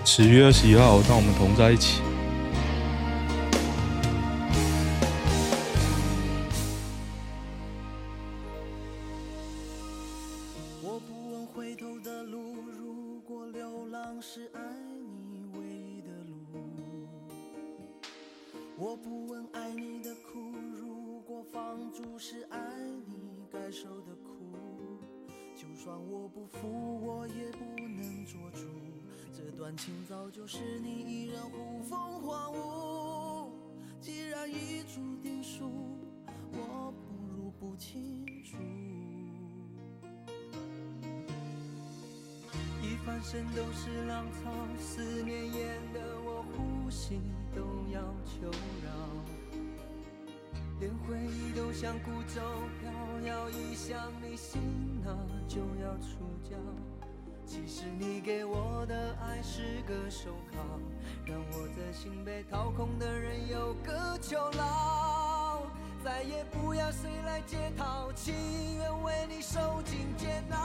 10月21号，让我们同在一起。 我不问回头的路，如果流浪是爱你唯一的路。我不问爱你的苦，如果放逐是爱你该受的苦。就算我不服，我也不能做主。这段情早就是你一人呼风唤雨。既然已注定输，我不如不清楚。一翻身都是浪潮，思念淹得我呼吸都要求饶，连回忆都像孤舟飘摇，一想你心啊就要触礁。其实你给我的爱是个手铐，让我的心被掏空的人有个囚牢。再也不要谁来解套，情愿为你受尽煎熬。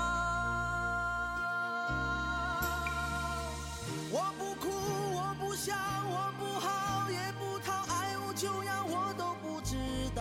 我不哭，我不笑，我不好也不逃，爱无就要我都不知道。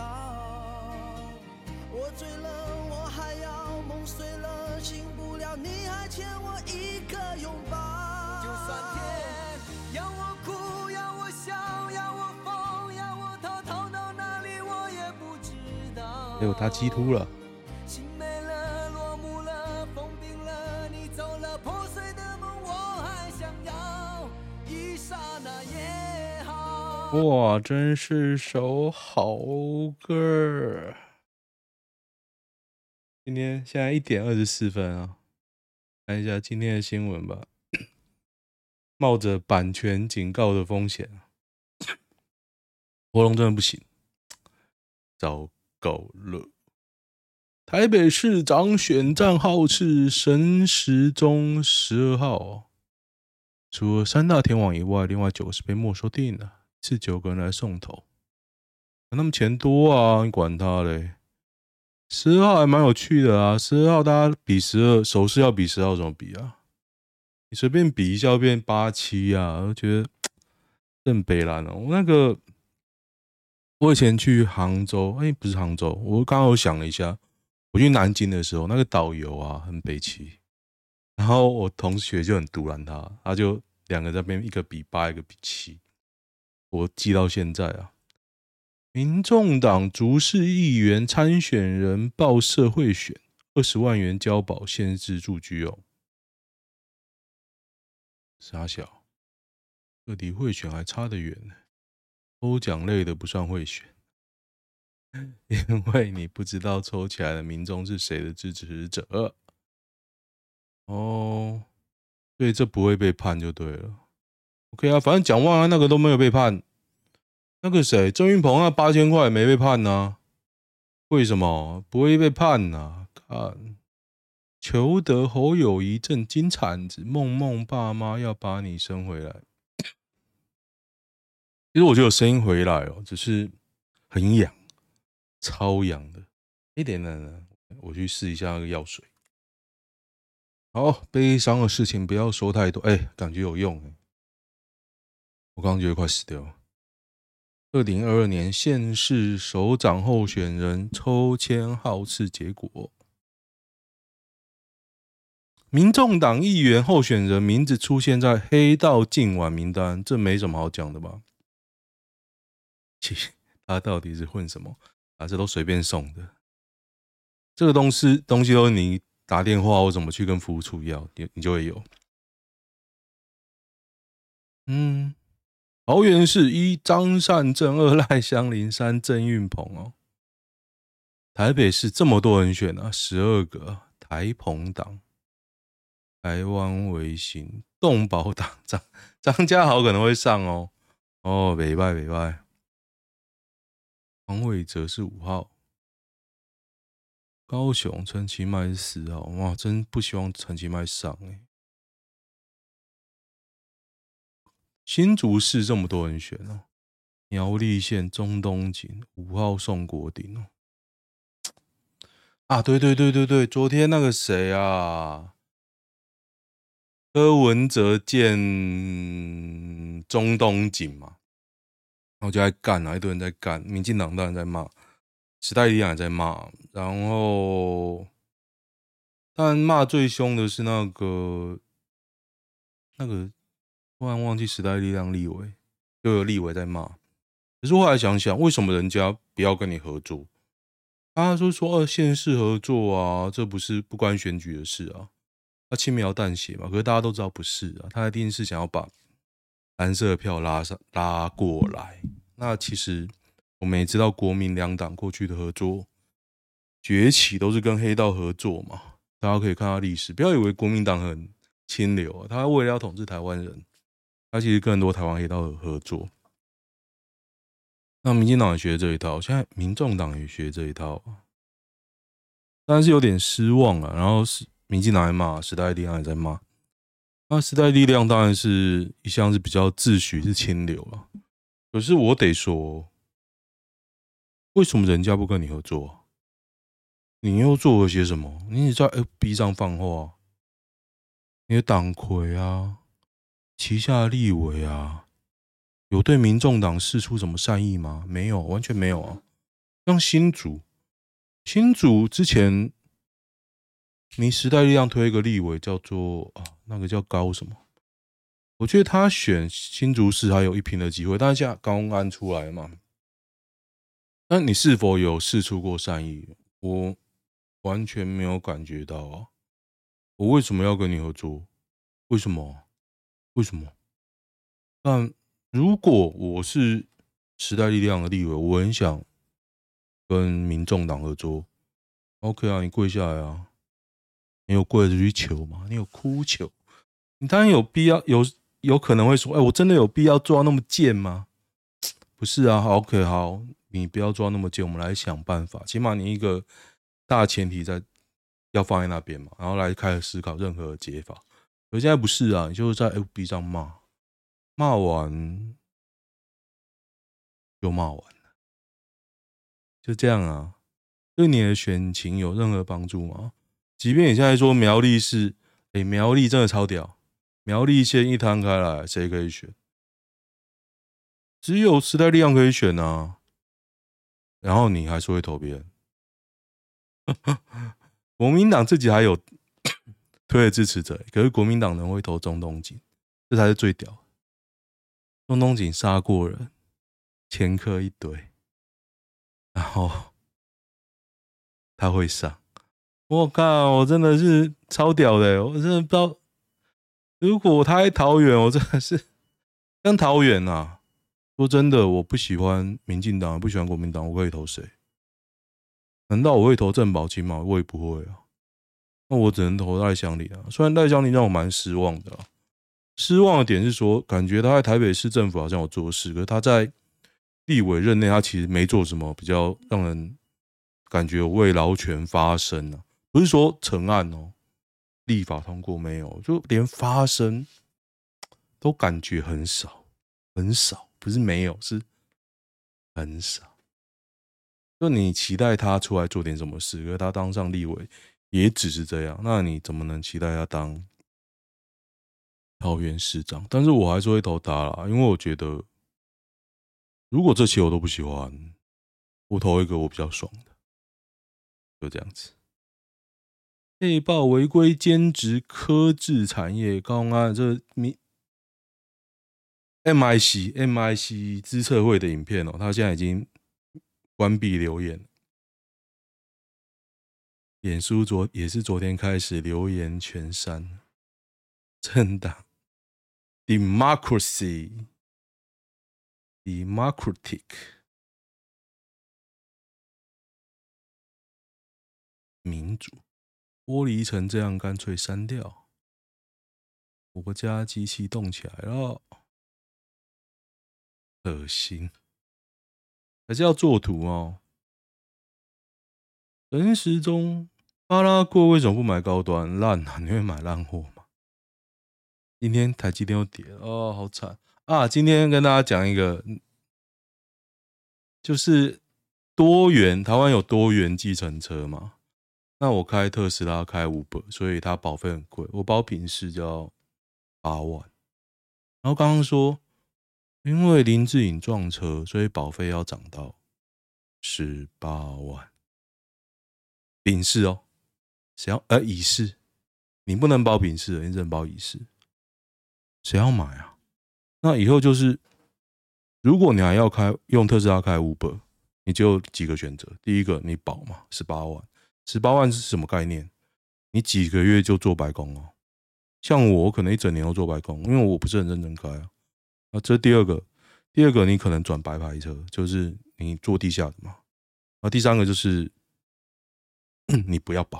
我醉了，我还要梦碎了，醒不了，你还欠我一个拥抱。就算天要我哭，要我笑，要我疯，要我逃，逃到哪里我也不知道。 哎呦，他激突了。 心没了，落幕了，封冰了，你走了，破碎的梦我还想要，一刹那也好。 哇，真是首好歌。现在1点24分啊，看一下今天的新闻吧。冒着版权警告的风险，活动真的不行，糟糕了。台北市长选战号是陈时中12号，除了3大天王以外，另外9个是被没收定了，是9个人来送头。他们钱多啊，你管他嘞。12号还蛮有趣的啊，12号大家比12，手势要比10号怎么比啊？你随便比一下变87啊，我觉得更北蓝哦。我以前去杭州，不是杭州，我刚刚有想了一下，我去南京的时候，那个导游啊很北齐，然后我同学就很毒烂他就2个在那边，一个比8，一个比7，我记到现在啊。民众党竹市议员参选人报社贿选，20万元交保限制住居哦。傻小，个体贿选还差得远呢，抽奖类的不算贿选，因为你不知道抽起来的民众是谁的支持者哦，所以这不会被判就对了。OK 啊，反正蒋万安那个都没有被判，那个谁郑运鹏那8000块也没被判啊，为什么不会被判啊？看，求得侯友宜震惊惨子，梦梦爸妈要把你生回来。其实我觉得有声音回来哦，只是很痒，超痒的。等等，我去试一下那个药水。好，悲伤的事情不要说太多，感觉有用。我刚刚觉得快死掉了。2022年县市首长候选人抽签号次结果，民众党议员候选人名字出现在黑道禁晚名单，这没什么好讲的吧？他到底是混什么？这都随便送的。这个东西都是你打电话或怎么去跟服务处要，你就会有。桃园市1张善政，2赖香林，3郑运鹏哦。台北市这么多人选啊，12个，台澎党、台湾维新、动保党，张家豪可能会上哦。北拜。黄伟哲是5号，高雄陈其迈是4号，哇，真不希望陈其迈上新竹市这么多人选哦，苗栗县中东锦5号宋国鼎哦。对，昨天那个谁啊， 柯文哲见中东锦嘛，然后就在干啊，一堆人在干，民进党当然在骂，时代力量也在骂，然后但骂最凶的是那个，突然忘记时代力量立委，就有立委在骂。可是后来想想，为什么人家不要跟你合作？他说县市合作啊，这不关选举的事啊，他轻描淡写嘛。可是大家都知道不是啊，他一定是想要把蓝色的票拉过来。那其实我们也知道，国民两党过去的合作崛起都是跟黑道合作嘛，大家可以看到历史。不要以为国民党很清流啊，他为了要统治台湾人，他其实跟很多台湾黑道合作。那民进党也学这一套，现在民众党也学这一套，但是有点失望啊。然后民进党在骂，时代力量也在骂。那时代力量当然是一向是比较自诩是清流了，可是我得说，为什么人家不跟你合作啊？你又做了些什么？你在 FB 上放话，你的党魁啊，旗下的立委啊，有对民众党释出什么善意吗？没有，完全没有啊。像新竹之前，你时代力量推一个立委叫做那个叫高什么？我觉得他选新竹市还有一拼的机会，但是现在高安出来嘛，那你是否有释出过善意？我完全没有感觉到啊！我为什么要跟你合作？为什么？但如果我是时代力量的立委，我很想跟民众党合作。OK 啊，你跪下来啊！你有跪着去求吗？你有哭求？你当然有必要，有可能会说，我真的有必要做到那么贱吗？不是啊 ，OK 好，你不要做到那么贱，我们来想办法。起码你一个大前提要放在那边嘛，然后来开始思考任何的解法。可现在不是啊，你就是在 FB 上骂完就骂完了，就这样啊。对你的选情有任何帮助吗？即便你现在说苗栗是，苗栗真的超屌，苗栗县一摊开来，谁可以选？只有时代力量可以选啊。然后你还说会投别人，国民党自己还有推的支持者，可是国民党人会投中东锦，这才是最屌的。中东锦杀过人，前科一堆，然后他会上。我靠，我真的是超屌的，我真的不知道，如果他在桃园，我真的是像桃园啊。说真的，我不喜欢民进党，不喜欢国民党，我可以投谁？难道我会投郑宝清吗？我也不会啊。那我只能投赖香伶啊。虽然赖香伶让我蛮失望的啊，失望的点是说，感觉他在台北市政府好像有做事，可是他在立委任内，他其实没做什么比较让人感觉有为劳权发声啊。不是说成案哦，立法通过没有，就连发声都感觉很少，很少，不是没有，是很少。就你期待他出来做点什么事，可是他当上立委也只是这样，那你怎么能期待他当桃园市长？但是我还是会投他啦，因为我觉得如果这期我都不喜欢，我投一个我比较爽的，就这样子。黑豹违规兼职科技产业，刚刚这MIC 资策会的影片哦，他现在已经关闭留言了。脸书也是昨天开始留言全删。政党 democratic 民主剥离成这样，干脆删掉。国家机器动起来了，恶心，还是要做图哦。陈时中巴拉过为什么不买高端？烂啊！你会买烂货吗？今天台积电又跌了哦，好惨啊！今天跟大家讲一个，就是台湾有多元计程车嘛？那我开特斯拉开500，所以它保费很贵。我保品是叫 8万。然后刚刚说，因为林志颖撞车，所以保费要涨到18万。丙式哦，谁要乙式？你不能包丙式的，你只能包乙式。谁要买啊？那以后就是，如果你还要用特斯拉开 Uber， 你就有几个选择。第一个，你保嘛，18万，18万是什么概念？你几个月就做白工哦。像我可能一整年都做白工，因为我不是很认真开啊。这是第二个，你可能转白牌车，就是你坐地下的嘛。第三个就是你不要保，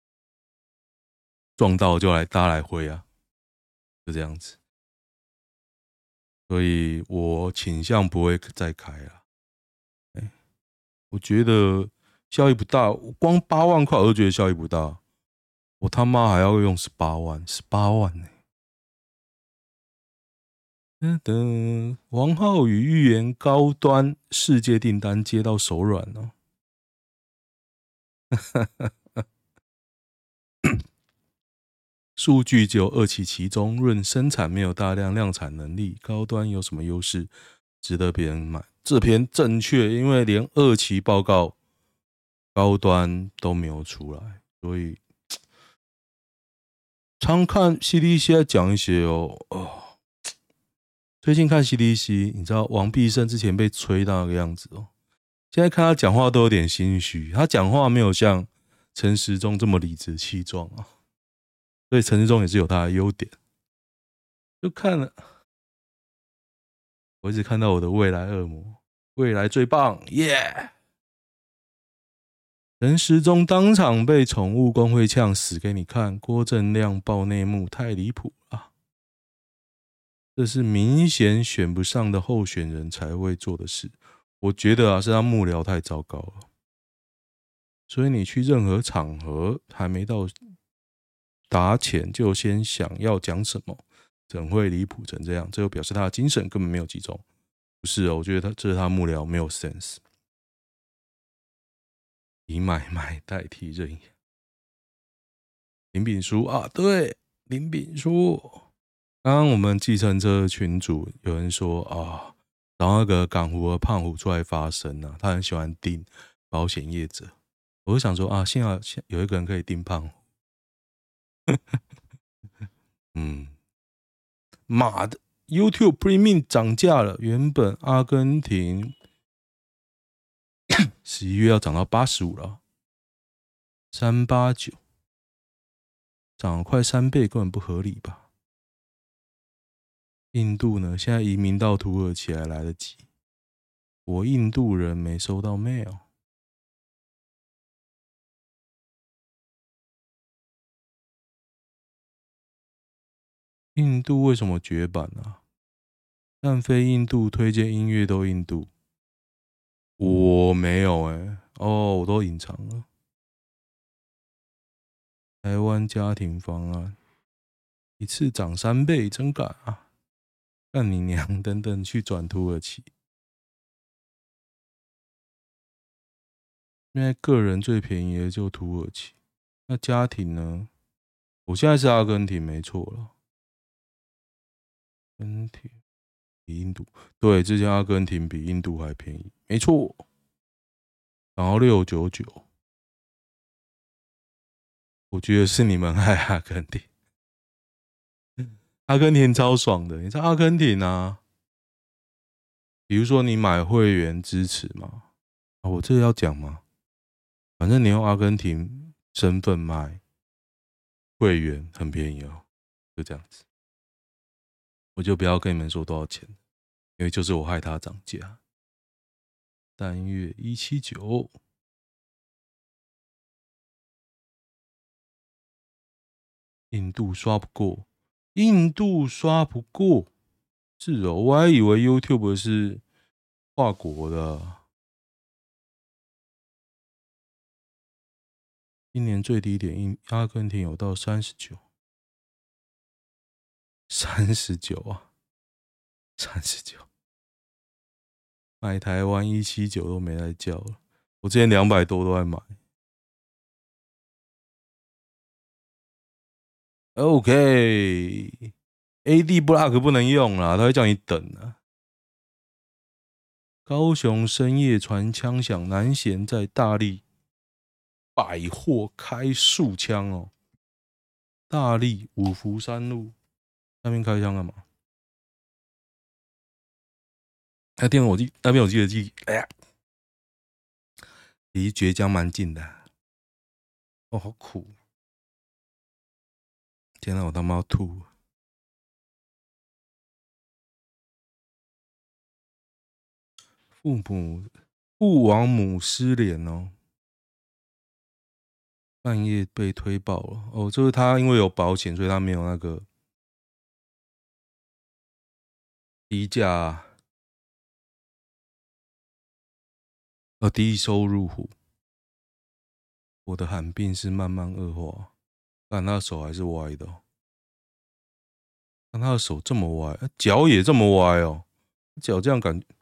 撞到就大家来挥啊，就这样子。所以我倾向不会再开了。我觉得效益不大，光8万块我都觉得效益不大，我他妈还要用18万，18万呢、王浩宇预言高端世界订单接到手软哦。数据只有2期其中，论生产没有大量量产能力，高端有什么优势值得别人买？这篇正确，因为连2期报告高端都没有出来，所以常看 CDC 在讲一些最近看 CDC， 你知道王必胜之前被吹到那个样子哦，现在看他讲话都有点心虚，他讲话没有像陈时中这么理直气壮啊，所以陈时中也是有他的优点。就看了，我一直看到我的未来恶魔，未来最棒，耶！陈时中当场被宠物工会呛死给你看，郭正亮爆内幕，太离谱了。这是明显选不上的候选人才会做的事。我觉得是他幕僚太糟糕了。所以你去任何场合，还没到打前就先想要讲什么，怎会离谱成这样？这就表示他的精神根本没有集中。不是哦，我觉得这是他幕僚没有 sense。以买卖代替任意。林炳书啊，对，林炳书。刚刚我们计程车群组有人说啊，然后那个港湖的胖虎出来发声啊，他很喜欢盯保险业者。我就想说啊，幸好有一个人可以盯胖虎。妈的 ，YouTube Premium 涨价了，原本阿根廷11月要涨到85了，389，涨了快3倍，根本不合理吧？印度呢？现在移民到土耳其还来得及。我印度人没收到 mail。印度为什么绝版啊？但非印度推荐音乐都印度，我没有我都隐藏了。台湾家庭方案一次涨3倍，真敢啊！干你娘等等去转土耳其。因为个人最便宜的就土耳其，那家庭呢？我现在是阿根廷，没错了。阿根廷比印度，对，之前阿根廷比印度还便宜，没错。然后699，我觉得是你们害阿根廷。阿根廷超爽的，你知道阿根廷啊？比如说你买会员支持嘛，我这个要讲吗？反正你用阿根廷身份买会员很便宜哦，就这样子。我就不要跟你们说多少钱，因为就是我害它涨价。3月179，印度刷不过，印度刷不过，是哦，我还以为 YouTube 是跨国的。今年最低点，阿根廷有到39啊，39。买台湾179都没来叫了，我之前200多都在买。OK， AD block 不能用啦，他会叫你等啊。高雄深夜传枪响，南贤在大力百货开数枪哦。大力五福山路那边开枪干嘛？那边我记得，哎呀，离绝江蛮近的。哦，好苦！天哪，我他妈要吐！父王母失联哦，半夜被推爆了哦，就是他因为有保险，所以他没有那个低价低收入户。我的罕病是慢慢恶化，但他的手还是歪的哦，但他的手这么歪，脚也这么歪哦，脚这样感觉。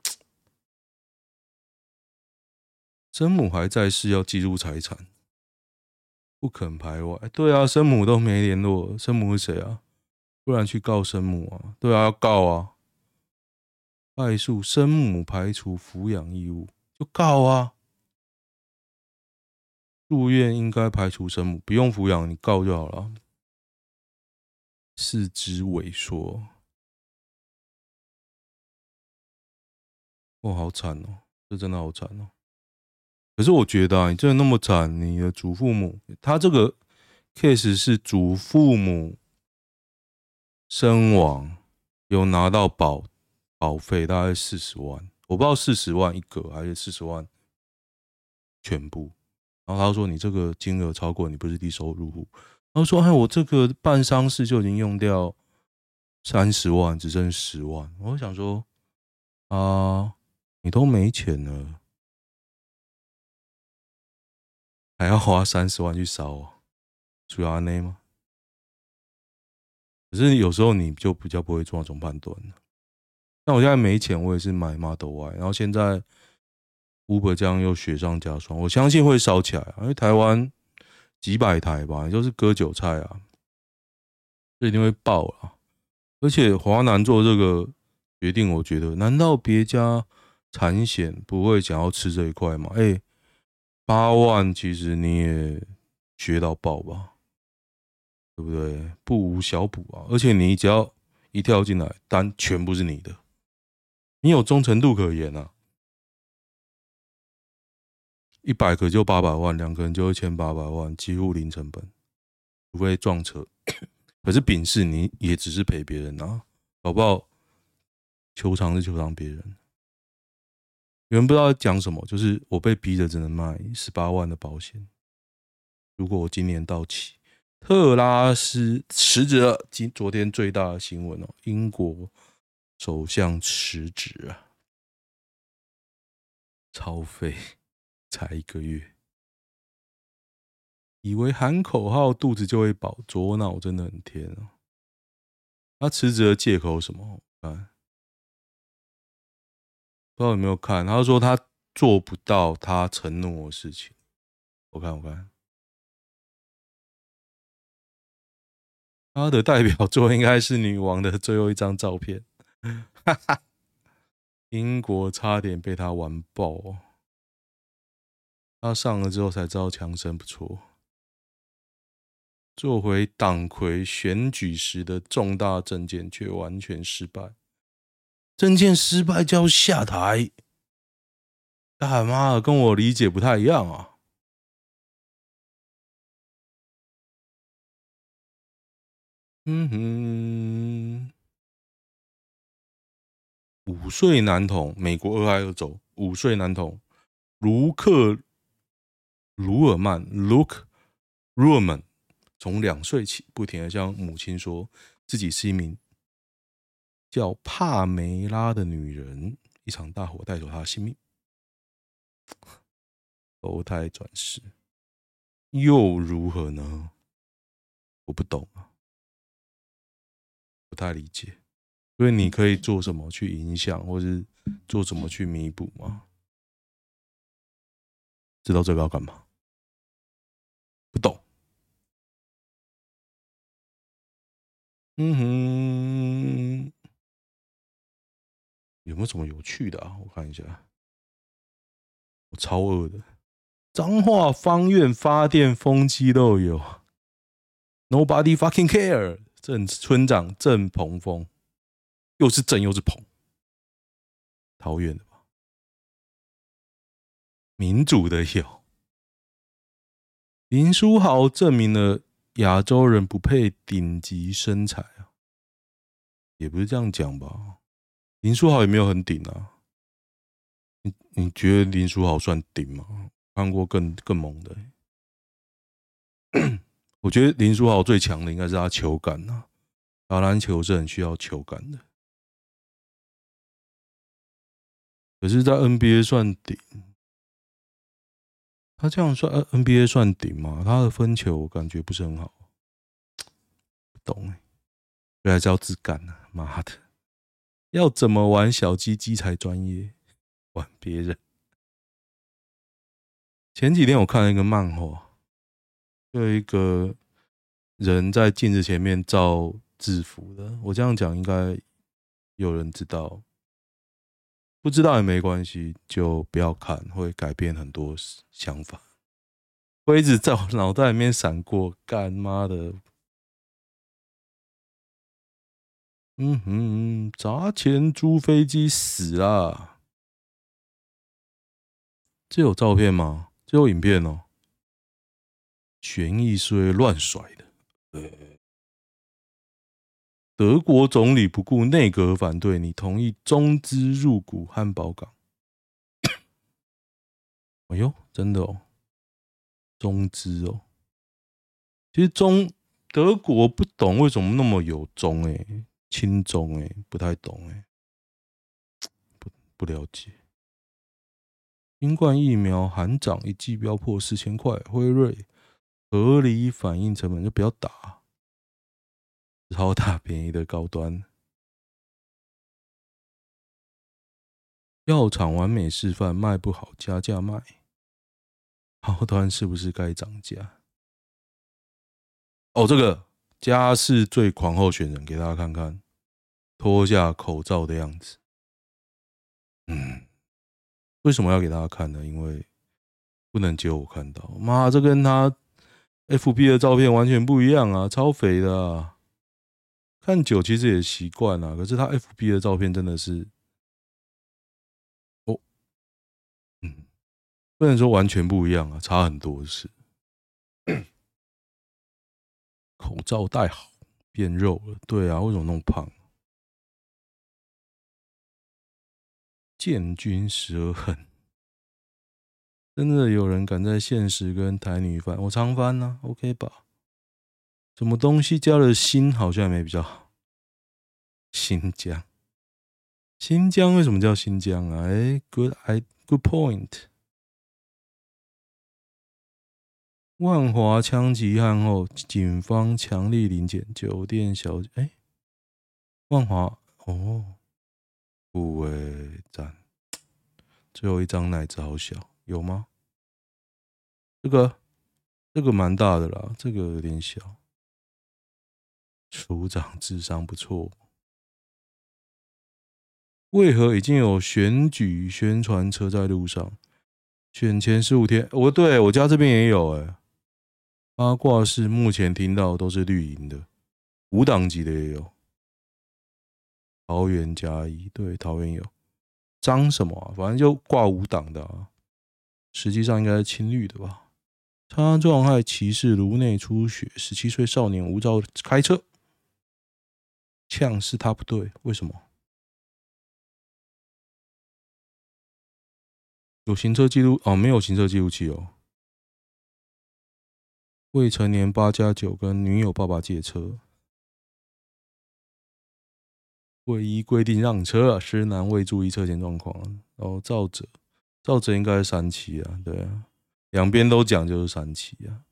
生母还在世，要记录财产，不肯排外。对啊，生母都没联络，生母是谁啊？不然去告生母啊？对啊，要告啊！败诉生母排除抚养义务，就告啊！入院应该排除生母，不用抚养，你告就好了。四肢萎缩，哦，好惨哦，这真的好惨哦。可是我觉得啊，你真的那么惨，你的祖父母，他这个 case 是祖父母身亡，有拿到保费，大概40万，我不知道40万一个还是40万全部。然后他说你这个金额超过，你不是低收入户。然后说，哎，我这个办丧事就已经用掉30万，只剩10万。我想说，啊，你都没钱了，还要花30万去烧，主要安内吗？可是有时候你就比较不会做那种判断了。那我现在没钱，我也是买 Model Y，然后现在 Uber 这样又雪上加霜，我相信会烧起来啊，因为台湾几百台吧，也就是割韭菜啊，这一定会爆啊。而且华南做这个决定，我觉得难道别家产险不会想要吃这一块吗？8万其实你也学到爆吧，对不对？不无小补啊！而且你只要一跳进来，单全部是你的，你有忠诚度可言啊。100个就800万，2个人就1800万，几乎零成本，除非撞车。可是丙式你也只是赔别人啊，搞不好求偿是求偿别人。有人不知道讲什么，就是我被逼着只能卖18万的保险。如果我今年到期，特拉斯辞职了，昨天最大的新闻哦，英国首相辞职啊，超废，才1个月，以为喊口号肚子就会饱，左脑真的很天哦。他辞职的借口什么？不知道有没有看？他说他做不到他承诺的事情。我看，他的代表作应该是女王的最后一张照片。英国差点被他玩爆哦。他上了之后才知道强生不错。做回党魁选举时的重大政见却完全失败，政见失败就要下台，大妈的跟我理解不太一样啊。5岁男童，美国俄亥俄州5岁男童卢尔曼 Luke Ruhrman 从2岁起不停地向母亲说自己是一名叫帕梅拉的女人，一场大火带走她的性命。投胎转世又如何呢？我不懂啊，不太理解。所以你可以做什么去影响，或是做什么去弥补吗？知道这个要干嘛？不懂。 没有什么有趣的啊？我看一下，我超饿的。彰化方院发电风机漏油 ，Nobody fucking care。村长郑鹏峰，又是郑又是鹏，桃园的吧？民主的有。林书豪证明了亚洲人不配顶级身材啊，也不是这样讲吧？林书豪也没有很顶啊。你觉得林书豪算顶吗？看过更猛的我觉得林书豪最强的应该是他球感啊，打篮球是很需要球感的。可是，在 NBA 算顶，他这样算 NBA 算顶吗？他的分球我感觉不是很好，不懂原来是要自干啊！妈的，要怎么玩小鸡鸡才专业？玩别人。前几天我看了一个漫画，有一个人在镜子前面照制服的。我这样讲应该有人知道，不知道也没关系，就不要看，会改变很多想法。会一直在我脑袋里面闪过，干妈的，砸钱租飞机死啦！这有照片吗？这有影片哦。权益是会乱甩的。德国总理不顾内阁反对，你同意中资入股汉堡港？哎呦，真的哦，中资哦。其实德国不懂为什么那么有中亲中不太懂不了解。新冠疫苗含涨一剂飙破4000块，辉瑞合理反应成本就不要打，超大便宜的高端。药厂完美示范，卖不好加价卖，高端是不是该涨价？哦，这个家世最狂候选人给大家看看，脱下口罩的样子。为什么要给大家看呢？因为不能只有我看到。妈，这跟他 FB 的照片完全不一样啊，超肥的啊！看久其实也习惯了，可是他 FB 的照片真的是，不能说完全不一样啊，差很多是。口罩戴好，变肉了，对啊，为什么那么胖？建军12恨，真的有人敢在现实跟台女翻？我常翻啊 ，OK 吧？什么东西加了新好像也没比较好。新疆，新疆为什么叫新疆啊？good point。万华枪击案后，警方强力临检酒店小姐。万华哦，赞。最后一张奶子好小，有吗？这个蛮大的啦，这个有点小。署长智商不错。为何已经有选举宣传车在路上？选前15天，对我家这边也有八卦是目前听到都是绿营的，无党籍的也有。桃园嘉义，对，桃园有。张什么啊？反正就挂无党的啊，实际上应该是亲绿的吧。他撞害骑士颅内出血，17岁少年无照开车，呛是他不对，为什么？有行车记录哦，没有行车记录器哦。未成年8+9跟女友爸爸借车，未依规定让车，施男未注意车前状况。肇责应该是3期啊，对啊，两边都讲就是3期啊。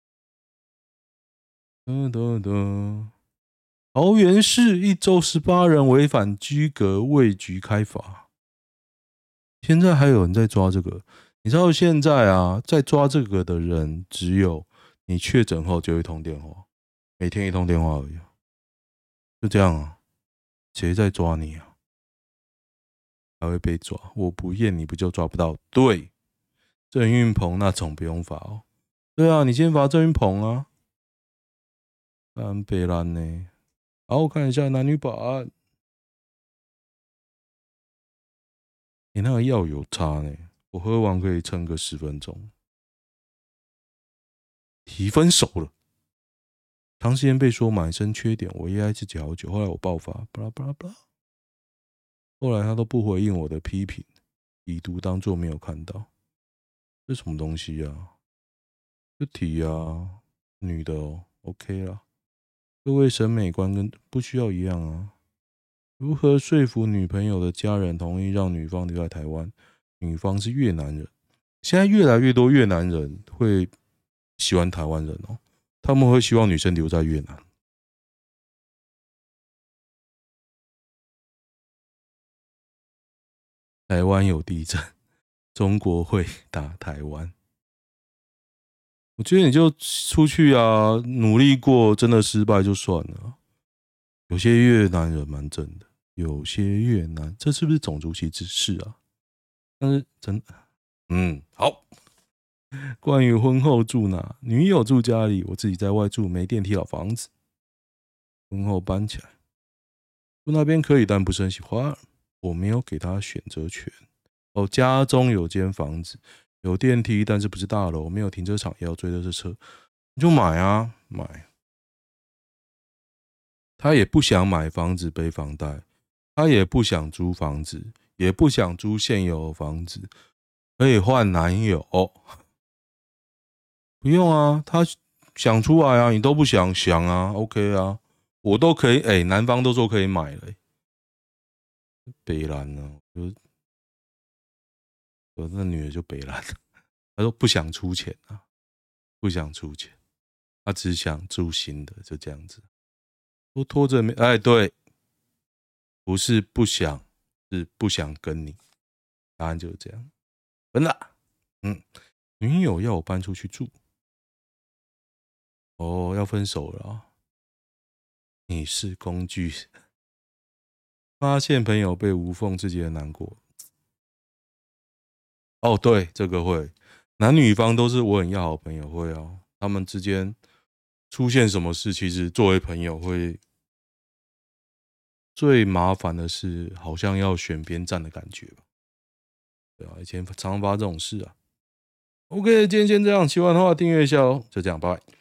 桃园市1周18人违反居隔未局开罚，现在还有人在抓这个。你知道现在啊，在抓这个的人只有你确诊后就一通电话，每天1通电话而已，就这样啊。谁在抓你啊？ 还会被抓。我不验你不就抓不到？对，郑运鹏那种不用罚哦。对啊，你先罚郑运鹏啊。北兰呢？好，我看一下男女保安。那个药有差呢，我喝完可以撑个10分钟。提分手了，长时间被说满身缺点，我压抑自己好久，后来我爆发，巴拉巴拉巴拉。后来他都不回应我的批评，已读当作没有看到。这什么东西啊？这题啊，女的哦 ，OK 啦。各位审美观跟不需要一样啊。如何说服女朋友的家人同意让女方留在台湾？女方是越南人，现在越来越多越南人会喜欢台湾人哦，他们会希望女生留在越南。台湾有地震，中国会打台湾。我觉得你就出去啊，努力过，真的失败就算了。有些越南人蛮正的，有些越南，这是不是种族歧视？是啊，但是真，好。关于婚后住哪，女友住家里，我自己在外住，没电梯老房子。婚后搬起来，住那边可以，但不是很喜欢。我没有给他选择权。哦，家中有间房子，有电梯，但是不是大楼，没有停车场，也要追的是车，你就买啊，买。他也不想买房子背房贷，他也不想租房子，也不想租现有的房子，可以换男友。不用啊，他想出来啊，你都不想想啊 ，OK 啊，我都可以，男方都说可以买了，北兰呢，我那女的就北兰，她说不想出钱啊，不想出钱，她只想住新的，就这样子，都拖着没，对，不是不想，是不想跟你，答案就是这样，分了，女友要我搬出去住，哦，要分手了啊，你是工具。发现朋友被无缝，自己很难过。哦，对，这个会，男女方都是我很要好的朋友，会哦。他们之间出现什么事，其实作为朋友会最麻烦的是，好像要选边站的感觉吧。对啊，以前常发这种事啊。OK，今天先这样，喜欢的话订阅一下哦。就这样，拜拜。